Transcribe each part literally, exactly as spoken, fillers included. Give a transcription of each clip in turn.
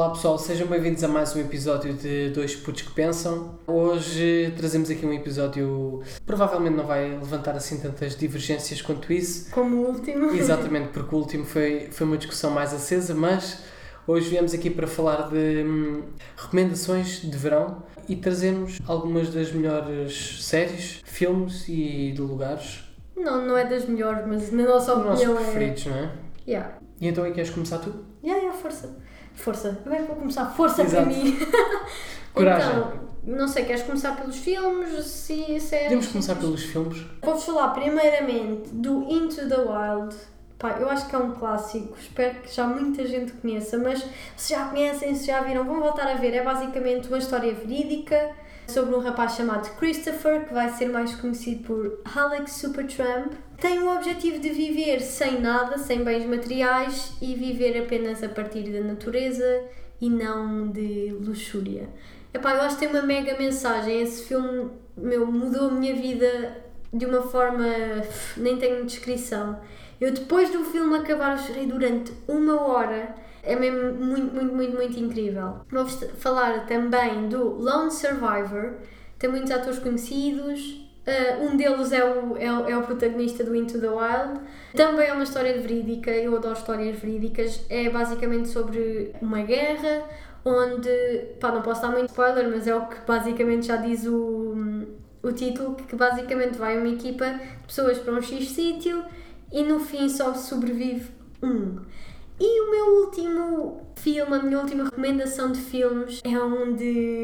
Olá pessoal, sejam bem-vindos a mais um episódio de Dois Putos que Pensam. Hoje trazemos aqui um episódio que provavelmente não vai levantar assim tantas divergências quanto isso. Como o último. Exatamente, porque o último foi, foi uma discussão mais acesa, mas hoje viemos aqui para falar de hum, recomendações de verão e trazemos algumas das melhores séries, filmes e de lugares. Não, não é das melhores, mas na nossa Os nossos opinião preferidos, é... não é? Yeah. E então aí queres começar tu? Yeah, yeah, força. Força. Agora vou começar. Força Exato. para mim. Coragem. Então, não sei, queres começar pelos filmes? Se, séries? Podemos começar pelos filmes? Vou-vos falar primeiramente do Into the Wild. Pá, eu acho que é um clássico, espero que já muita gente conheça, mas se já conhecem, se já viram, vão voltar a ver. É basicamente uma história verídica sobre um rapaz chamado Christopher, que vai ser mais conhecido por Alex Supertramp. Tem o objetivo de viver sem nada, sem bens materiais e viver apenas a partir da natureza e não de luxúria. Epá, eu acho que tem uma mega mensagem. Esse filme, meu, mudou a minha vida de uma forma... nem tenho descrição. Eu depois do filme acabar chorei durante uma hora. É mesmo muito, muito, muito, muito incrível. Vou-vos falar também do Lone Survivor. Tem muitos atores conhecidos. Uh, um deles é o, é, o, é o protagonista do Into the Wild. Também é uma história verídica. Eu adoro histórias verídicas. É basicamente sobre uma guerra onde... Pá, não posso dar muito spoiler, mas é o que basicamente já diz o, o título, que basicamente vai uma equipa de pessoas para um X sítio e no fim só sobrevive um. E o meu último filme, a minha última recomendação de filmes é um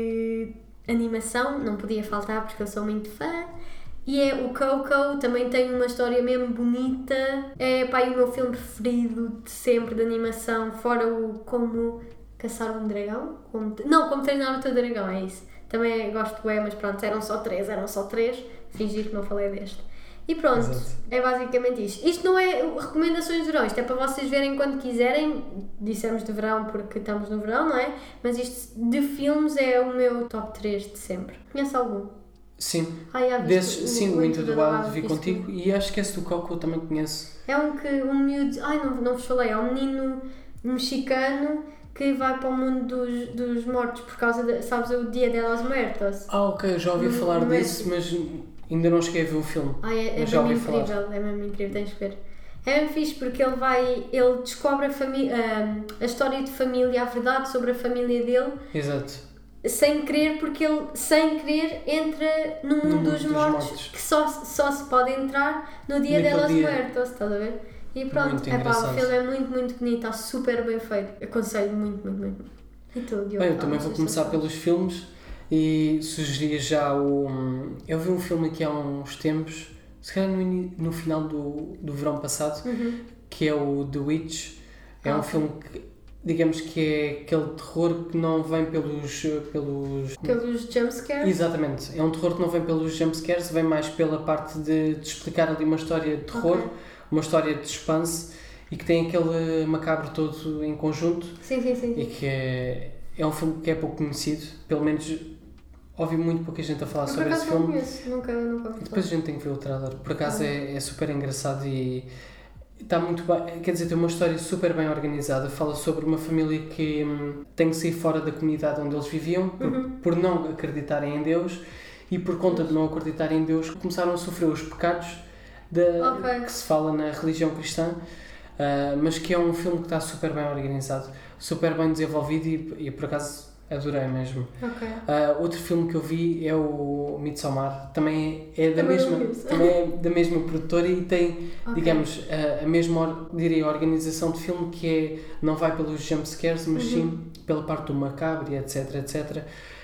de animação, não podia faltar porque eu sou muito fã, e é o Coco. Também tem uma história mesmo bonita, é pá, o meu filme preferido de sempre de animação, fora o Como Caçar um Dragão, como, não, Como Treinar o Teu Dragão, é isso. Também gosto do é, mas pronto, eram só três, eram só três, fingir que não falei deste. E pronto, exato. É basicamente isto. Isto não é recomendações de verão, isto é para vocês verem quando quiserem. Dissemos de verão porque estamos no verão, não é? Mas isto de filmes é o meu top três de sempre. Conhece algum? Sim. Ah, já Desses, o, sim, o Into the Wild vi visto. contigo e acho que esse do Coco eu também conheço. É um que um miúdo... Ai, não, não vos falei. É um menino mexicano que vai para o mundo dos, dos mortos por causa de... Sabes, o Dia de los Muertos? Ah, ok, já ouvi no, falar no disso, mas... ainda não cheguei a ver o filme. Ah, é, é mesmo incrível, falar. é mesmo incrível, tens que ver. É mesmo fixe porque ele vai, ele descobre a, fami- a, a história de família, a verdade sobre a família dele. Exato. Sem querer, porque ele, sem querer, entra no mundo, no mundo dos, dos mortos, mortos, que só, só se pode entrar no dia Naquele delas dia. muertos, estás a ver? E pronto, Muito é pá, o engraçado. filme é muito, muito bonito, está super bem feito. Aconselho muito, muito, muito. E tu, Diogo? Bem, eu também vou começar pelos filmes. E sugeria já o... Eu vi um filme aqui há uns tempos, se calhar no, in... no final do, do verão passado, uhum. que é o The Witch. É ah, um okay. filme que, digamos que é aquele terror que não vem pelos... Pelos, pelos jumpscares? Exatamente. É um terror que não vem pelos jumpscares, vem mais pela parte de, de explicar ali uma história de terror, okay. uma história de suspense, e que tem aquele macabro todo em conjunto. Sim, sim, sim. E que é, é um filme que é pouco conhecido, pelo menos... Ouvi muito pouca gente a falar eu sobre esse não filme. Conheço. Nunca, nunca ouvi. Depois a gente tem que ver o trailer. Por acaso ah. é, é super engraçado e está muito bem. Quer dizer, tem uma história super bem organizada. Fala sobre uma família que hum, tem que sair fora da comunidade onde eles viviam por, uhum. por não acreditarem em Deus, e por conta de não acreditarem em Deus começaram a sofrer os pecados de, okay. que se fala na religião cristã. Uh, mas que é um filme que está super bem organizado, super bem desenvolvido e, e por acaso adorei mesmo. Okay. Uh, outro filme que eu vi é o Midsommar, também é da, também mesma, também é da mesma produtora e tem, okay. digamos, a, a mesma, diria, organização de filme, que é, não vai pelos jumpscares, mas uhum. sim pela parte do macabro, etc, etc,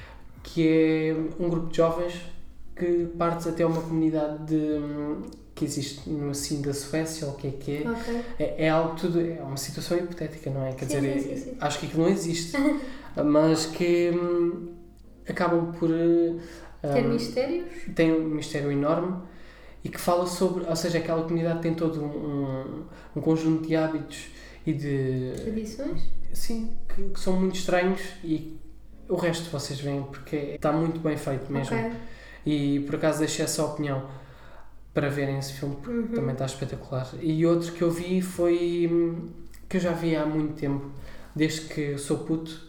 que é um grupo de jovens que parte até uma comunidade de, que existe no assim da Suécia, ou o que é que é. Okay. é, é algo tudo, é uma situação hipotética, não é? Quer sim, dizer, sim, sim, sim. acho que aquilo não existe. Mas que hum, acabam por um, ter mistérios, tem um mistério enorme e que fala sobre, ou seja, aquela comunidade tem todo um, um, um conjunto de hábitos e de tradições, sim, que, que são muito estranhos, e o resto vocês veem porque está muito bem feito mesmo. Okay. E por acaso deixei essa opinião para verem esse filme, porque uhum. também está espetacular. E outro que eu vi foi, que eu já vi há muito tempo, desde que sou puto,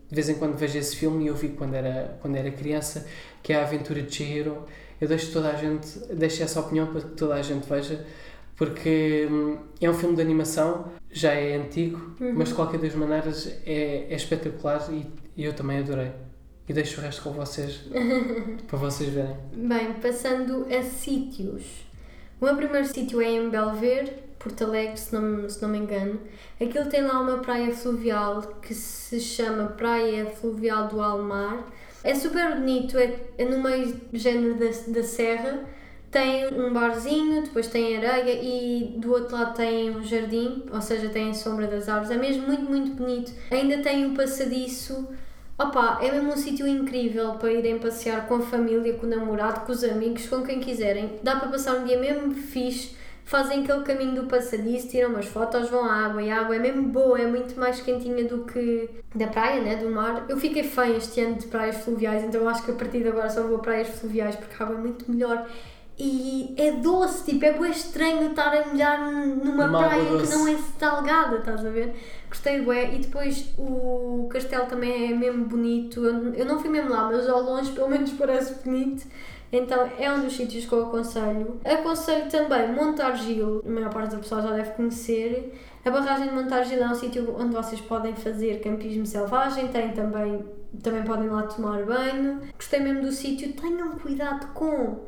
de vez em quando vejo esse filme e eu vi quando era, quando era criança, que é A Aventura de Chihiro. Eu deixo toda a gente, deixo essa opinião para que toda a gente veja, porque hum, é um filme de animação, já é antigo, uhum. mas de qualquer das maneiras é, é espetacular e, e eu também adorei. E deixo o resto com vocês, para vocês verem. Bem, passando a sítios. O meu primeiro sítio é em Belver, Porto Alegre, se não, se não me engano. Aquilo tem lá uma praia fluvial que se chama Praia Fluvial do Almar. É super bonito, é, é no meio do género da, da serra. Tem um barzinho, depois tem areia e do outro lado tem um jardim, ou seja, tem a sombra das árvores. É mesmo muito, muito bonito. Ainda tem um passadiço. Opa, é mesmo um sítio incrível para irem passear com a família, com o namorado, com os amigos, com quem quiserem. Dá para passar um dia mesmo fixe. Fazem aquele caminho do passadiço, tiram umas fotos, vão à água e a água é mesmo boa, é muito mais quentinha do que da praia, né, do mar. Eu fiquei fã este ano de praias fluviais, então eu acho que a partir de agora só vou a praias fluviais porque a água é muito melhor. E é doce, tipo, é bem estranho estar a molhar numa Uma praia que não é salgada, estás a ver? Gostei bué. E depois o castelo também é mesmo bonito. Eu, eu não fui mesmo lá, mas ao longe pelo menos parece bonito. Então é um dos sítios que eu aconselho. Aconselho também Montargil, a maior parte da pessoa já deve conhecer. A barragem de Montargil é um sítio onde vocês podem fazer campismo selvagem, tem também, também podem lá tomar banho. Gostei mesmo do sítio. Tenham cuidado com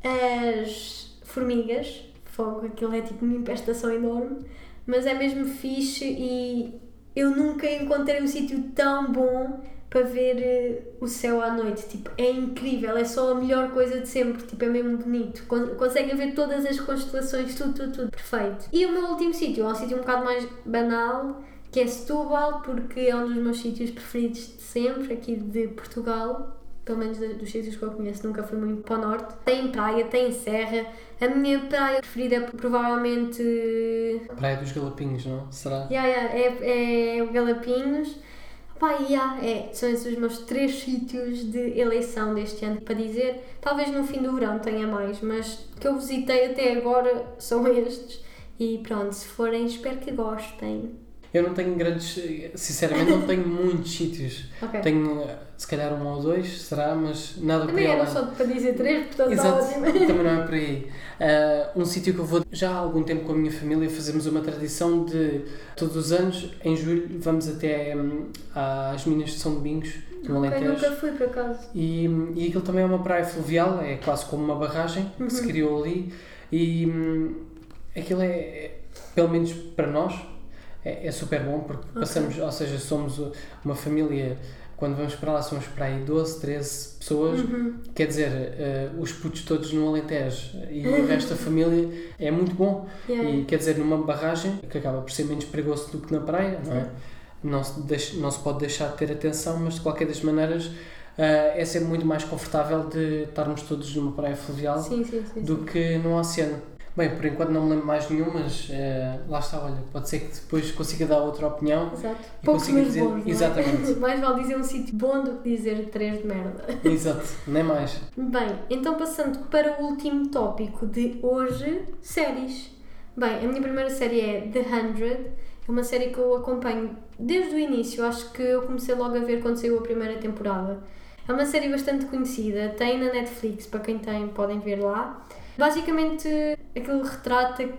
as formigas, fogo, aquilo é tipo uma infestação enorme, mas é mesmo fixe e eu nunca encontrei um sítio tão bom para ver uh, o céu à noite, tipo, é incrível, é só a melhor coisa de sempre, tipo, é mesmo bonito, Con- conseguem ver todas as constelações, tudo, tudo, tudo, perfeito. E o meu último sítio é um sítio um bocado mais banal, que é Setúbal, porque é um dos meus sítios preferidos de sempre, aqui de Portugal. Pelo menos dos sítios que eu conheço, nunca fui muito para o norte. Tem praia, tem serra. A minha praia preferida é provavelmente... Praia dos Galapinhos, não? Será? Yeah, yeah, é, é o Galapinhos. Pá, yeah, é, são esses os meus três sítios de eleição deste ano para dizer. Talvez no fim do verão tenha mais, mas que eu visitei até agora são estes. E pronto, se forem, espero que gostem. Eu não tenho grandes, sinceramente não tenho muitos sítios. Okay. Tenho se calhar um ou dois, será, mas nada também por aí. Também era só para dizer três, portanto exato, está ótimo. Também não é por aí. Uh, um sítio que eu vou já há algum tempo com a minha família, fazemos uma tradição de todos os anos, em julho, vamos até um, às Minas de São Domingos, no Alentejo. Eu nunca fui por acaso. E, e aquilo também é uma praia fluvial, é quase como uma barragem uhum. que se criou ali e um, aquilo é, pelo menos para nós, É, é super bom porque okay. passamos, ou seja, somos uma família, quando vamos para lá somos para aí doze, treze pessoas, uhum. quer dizer, uh, os putos todos no Alentejo e o resto da família é muito bom yeah. e quer dizer, numa barragem que acaba por ser menos perigoso do que na praia, não é? Não se, deixa, não se pode deixar de ter atenção, mas de qualquer das maneiras uh, é sempre muito mais confortável de estarmos todos numa praia fluvial sim, sim, sim, do sim. que no oceano. Bem, por enquanto não me lembro mais nenhum, mas uh, lá está, olha, pode ser que depois consiga dar outra opinião. Exato. Poucos dizer... bons, não é? Exatamente. Mais vale dizer um sítio bom do que dizer três de merda. Exato, nem mais. Bem, então passando para o último tópico de hoje, séries. Bem, a minha primeira série é The Hundred, é uma série que eu acompanho desde o início, acho que eu comecei logo a ver quando saiu a primeira temporada. É uma série bastante conhecida, tem na Netflix, para quem tem podem ver lá. Basicamente, aquilo retrata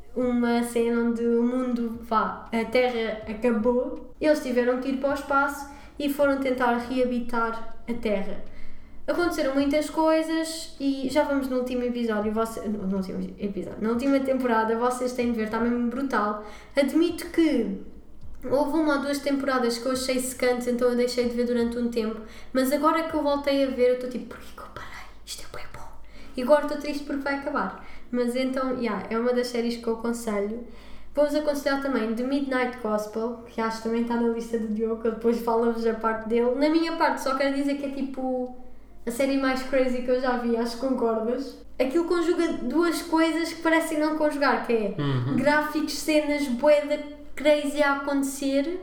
uma cena onde o mundo, vá, a Terra acabou, eles tiveram que ir para o espaço e foram tentar reabitar a Terra. Aconteceram muitas coisas e já vamos no último episódio, você, no último episódio, na última temporada, vocês têm de ver, está mesmo brutal. Admito que houve uma ou duas temporadas que eu achei secantes, então eu deixei de ver durante um tempo, mas agora que eu voltei a ver, eu estou tipo, porquê que eu parei? Isto é bem bom. E agora estou triste porque vai acabar. Mas então, yeah, é uma das séries que eu aconselho. Vou-vos aconselhar também The Midnight Gospel, que acho que também está na lista do Diogo, eu depois falo-vos a parte dele. Na minha parte, só quero dizer que é tipo a série mais crazy que eu já vi, acho que concordas. Aquilo conjuga duas coisas que parecem não conjugar, que é uhum. gráficos, cenas, bué da crazy a acontecer,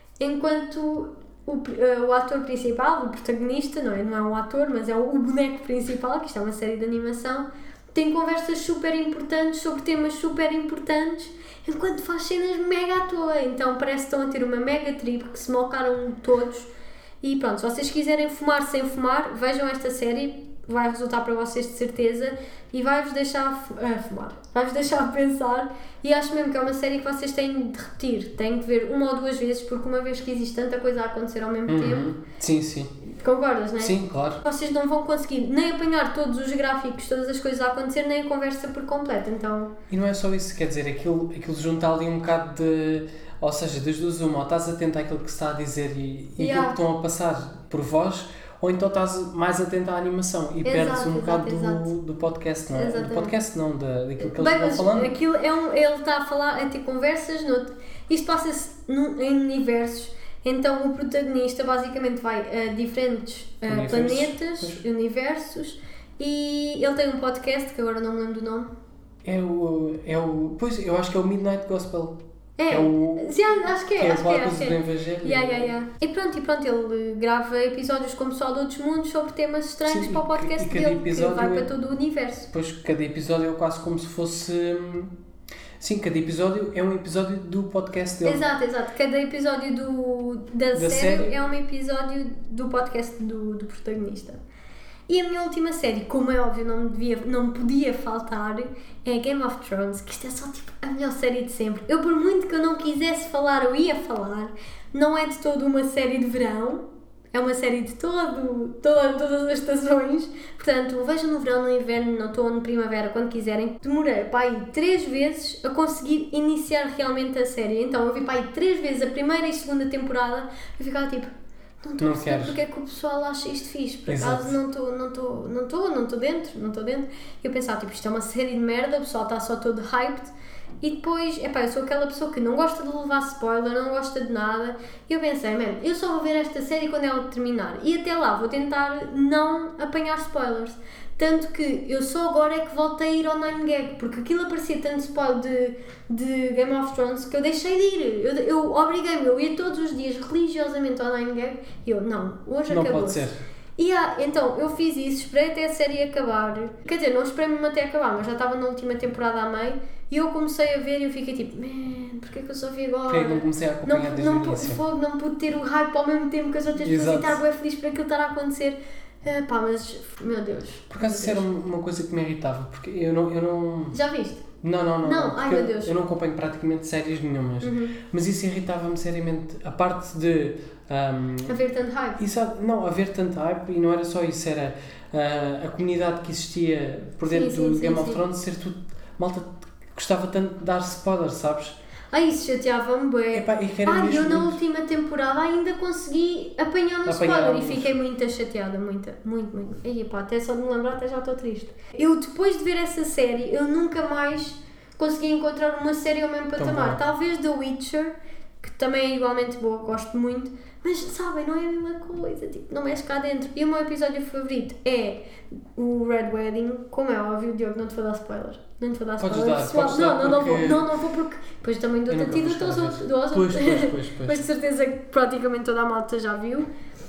enquanto o, uh, o ator principal, o protagonista, não é, não é um ator, mas é o, o boneco principal, que isto é uma série de animação, tem conversas super importantes sobre temas super importantes, enquanto faz cenas mega à toa. Então parece que estão a ter uma mega trip, que se mocaram todos, E pronto, se vocês quiserem fumar sem fumar, vejam esta série, vai resultar para vocês de certeza e vai-vos deixar uh, fumar, vai-vos deixar pensar, e acho mesmo que é uma série que vocês têm de repetir, têm de ver uma ou duas vezes, porque uma vez que existe tanta coisa a acontecer ao mesmo uhum. tempo. Sim, sim. Concordas, não é? Sim, claro. Vocês não vão conseguir nem apanhar todos os gráficos, todas as coisas a acontecer, nem a conversa por completo, então... E não é só isso, quer dizer, aquilo, aquilo junta ali um bocado de... Ou seja, das duas uma, ou estás atento àquilo que se está a dizer e, e Yeah. aquilo que estão a passar por voz, ou então estás mais atento à animação e Exato, perdes um exato, bocado exato. do, do podcast, não é? Exatamente. Do podcast não, da, daquilo que Bem, eles mas vão falando. aquilo é um, ele está a falar, a ter conversas, no, isto passa-se num- em universos, então o protagonista basicamente vai a diferentes uh, Universos, planetas, pois. universos, e ele tem um podcast, que agora não me lembro do nome. É o, é o... Pois, eu acho que é o Midnight Gospel. É, É o... sim, acho que é, Que é acho que é, falar acho coisas que do é. Evangelho. Yeah, yeah, yeah. E pronto, e pronto, ele grava episódios como Pessoal de Outros Mundos sobre temas estranhos Sim, para o e- podcast e cada dele, que episódio vai é- para todo o universo. Depois, cada episódio é quase como se fosse... hum, Sim, cada episódio é um episódio do podcast dele. Exato, exato. Cada episódio do, da, Da série, série. é um episódio do podcast do, do protagonista. E a minha última série, como é óbvio, não me, devia, não me podia faltar, é Game of Thrones, que isto é só tipo a melhor série de sempre. Eu, por muito que eu não quisesse falar, eu ia falar. Não é de todo uma série de verão, é uma série de todo, todo, todas as estações. Portanto, vejam no verão, no inverno, no outono, na primavera, quando quiserem. Demorei para aí três vezes a conseguir iniciar realmente a série. Então, eu vi para aí três vezes a primeira e segunda temporada e ficava tipo... Não estou a Não perceber queres. porque é que o pessoal acha isto fixe. Por Exato. acaso não estou não estou não estou não estou dentro, não estou dentro. E eu pensava, tipo, isto é uma série de merda, o pessoal está só todo hyped. E depois, epá, eu sou aquela pessoa que não gosta de levar spoiler, não gosta de nada. E eu pensei, man, eu só vou ver esta série quando ela terminar. E até lá vou tentar não apanhar spoilers. Tanto que eu só agora é que voltei a ir ao nine gag, porque aquilo aparecia tanto spoiler de, de Game of Thrones que eu deixei de ir. Eu, eu obriguei-me, eu ia todos os dias religiosamente ao nine gag e eu, não, hoje Não acabou. pode ser. E ah, então, eu fiz isso, esperei até a série acabar. Quer dizer, não esperei mesmo até acabar, mas já estava na última temporada a meio. E eu comecei a ver e eu fiquei tipo, man, porquê que eu só vi agora? Porque é que não comecei a acompanhar Não, desde não, o pu- início? fogo, não pude ter o hype ao mesmo tempo que as outras pessoas e Exato. estar bem feliz por aquilo estar a acontecer. Ah, pá, mas, meu Deus. Por acaso isso era uma coisa que me irritava, porque eu não... Eu não... Já viste? Não, não, não. Não, porque ai, meu eu- Deus. Eu não acompanho praticamente séries nenhumas. Uhum. Mas isso irritava-me seriamente. A parte de... ahm, Haver tanto hype. isso, não, haver tanto hype, e não era só isso, era ah, a comunidade que existia por dentro Sim, sim, do sim, Game of sim. Thrones ser tudo... Malta gostava tanto de dar spoilers, sabes? Ai, isso chateava-me bem. Epá, e que era Ai, mesmo eu na muito- última temporada ainda consegui apanhar no Apanhar spoiler e alguns. fiquei muito chateada, muito, muito, muito. E pá, até só de me lembrar até já estou triste. Eu depois de ver essa série, eu nunca mais consegui encontrar uma série ao mesmo Tão patamar. boa. Talvez The Witcher, que também é igualmente boa, gosto muito, mas sabem, não é a mesma coisa, tipo, não mexe cá dentro. E o meu episódio favorito é o Red Wedding, como é óbvio, Diogo, não te vou dar spoiler. Não te vou dar Podes spoiler. dar, pessoal. podes não, dar não, não vou, porque- não, não vou porque depois também dou-te Eu a nunca ti vou e dou-te aos chegar a outros. ver. dou aos Pois, outros. pois, pois, pois. Mas de certeza que praticamente toda a malta já viu.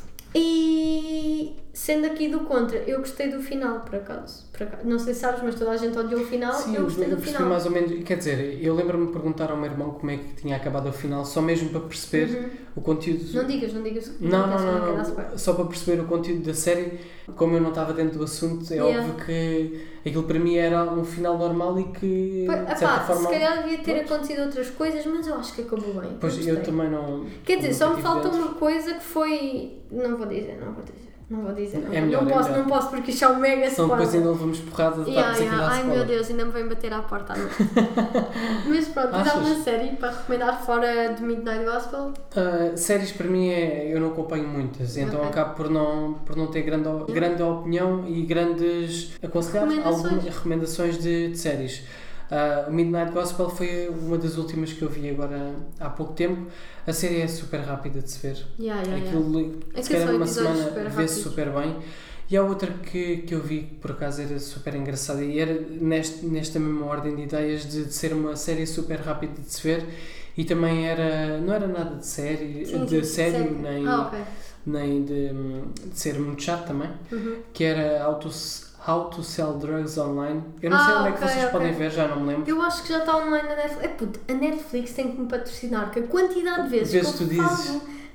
E sendo aqui do contra, eu gostei do final, por acaso. Por acaso. Não sei se sabes, mas toda a gente odiou o final. Sim, eu gostei do percebi final. mais ou menos. Quer dizer, eu lembro-me de perguntar ao meu irmão como é que tinha acabado o final, só mesmo para perceber Uhum. o conteúdo. Não digas, não digas. Não, não, acontece, não, quero dar não, spoiler. só para perceber o conteúdo da série, como eu não estava dentro do assunto, é Yeah. óbvio que aquilo para mim era um final normal e que, Pois, de epá, certa forma... se calhar devia ter Pronto. acontecido outras coisas, mas eu acho que acabou bem. Pois, gostei. eu também não... Quer dizer, não só me tive falta dentro. uma coisa que foi. Não vou dizer, não vou dizer. Não vou dizer. Não, É melhor, não é posso, melhor. não posso porque isto é um mega Senão spoiler. depois ainda levamos porrada de Yeah, estarmos aqui a yeah. dar Ai meu spoiler. Deus, ainda me vem bater à porta à noite. Mas pronto, Achas? dá uma série para recomendar fora de Midnight Gospel. Uh, séries para mim é, eu não acompanho muitas, então Ok. acabo por não, por não ter grande, o- grande opinião e grandes aconselhar Recomendações. algumas recomendações de, de séries. Uh, o Midnight Gospel foi uma das últimas que eu vi agora há pouco tempo. A série é super rápida de se ver. Yeah, yeah, yeah. Aquilo, Aquilo se calhar são numa episódios semana super vê-se rápidos. super bem. E há outra que, que eu vi que por acaso era super engraçada e era neste, nesta mesma ordem de ideias de, de ser uma série super rápida de se ver e também era, não era nada de série, Sim, de sim, sério, sério. nem, Ah, ok. nem de, de ser muito chato também, Uhum. que era How to, How to Sell Drugs Online. Eu não sei Ah, onde é que ok, vocês ok. podem ver, já não me lembro. Eu acho que já está online na Netflix. É puto, a Netflix tem que me patrocinar, que a quantidade de vezes, Vezes que tu eu dizes. falo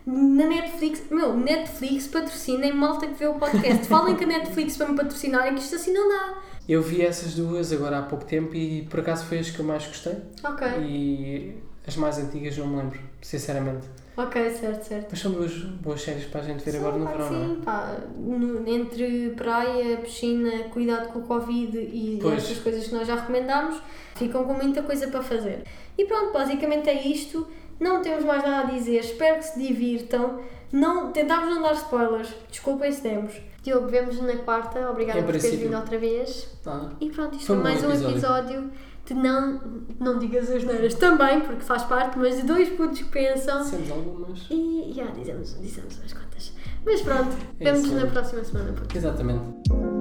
na Netflix, meu, Netflix patrocinem malta que vê o podcast. Falem que a Netflix para me patrocinar, é que isto assim não dá. Eu vi essas duas agora há pouco tempo e por acaso foi as que eu mais gostei. Ok. E as mais antigas não me lembro, sinceramente. Ok, certo, certo. Mas são duas boas séries para a gente ver Sim, agora no pá, verão, sim, não é? pá, no, entre praia, piscina, cuidado com o Covid e Pois. estas coisas que nós já recomendámos, ficam com muita coisa para fazer. E pronto, basicamente é isto. Não temos mais nada a dizer. Espero que se divirtam. Não, tentámos não dar spoilers. Desculpem se demos. Diogo, vemos na quarta. Obrigada Em por teres princípio. vindo outra vez. Ah, E pronto, isto Foi foi um mais bom um episódio. episódio de não, não digas as neiras também, porque faz parte, mas de dois putos que pensam. dissemos algumas. E já dizemos, dizemos umas quantas. Mas pronto, É vemos isso na mesmo. próxima semana. Porque... Exatamente.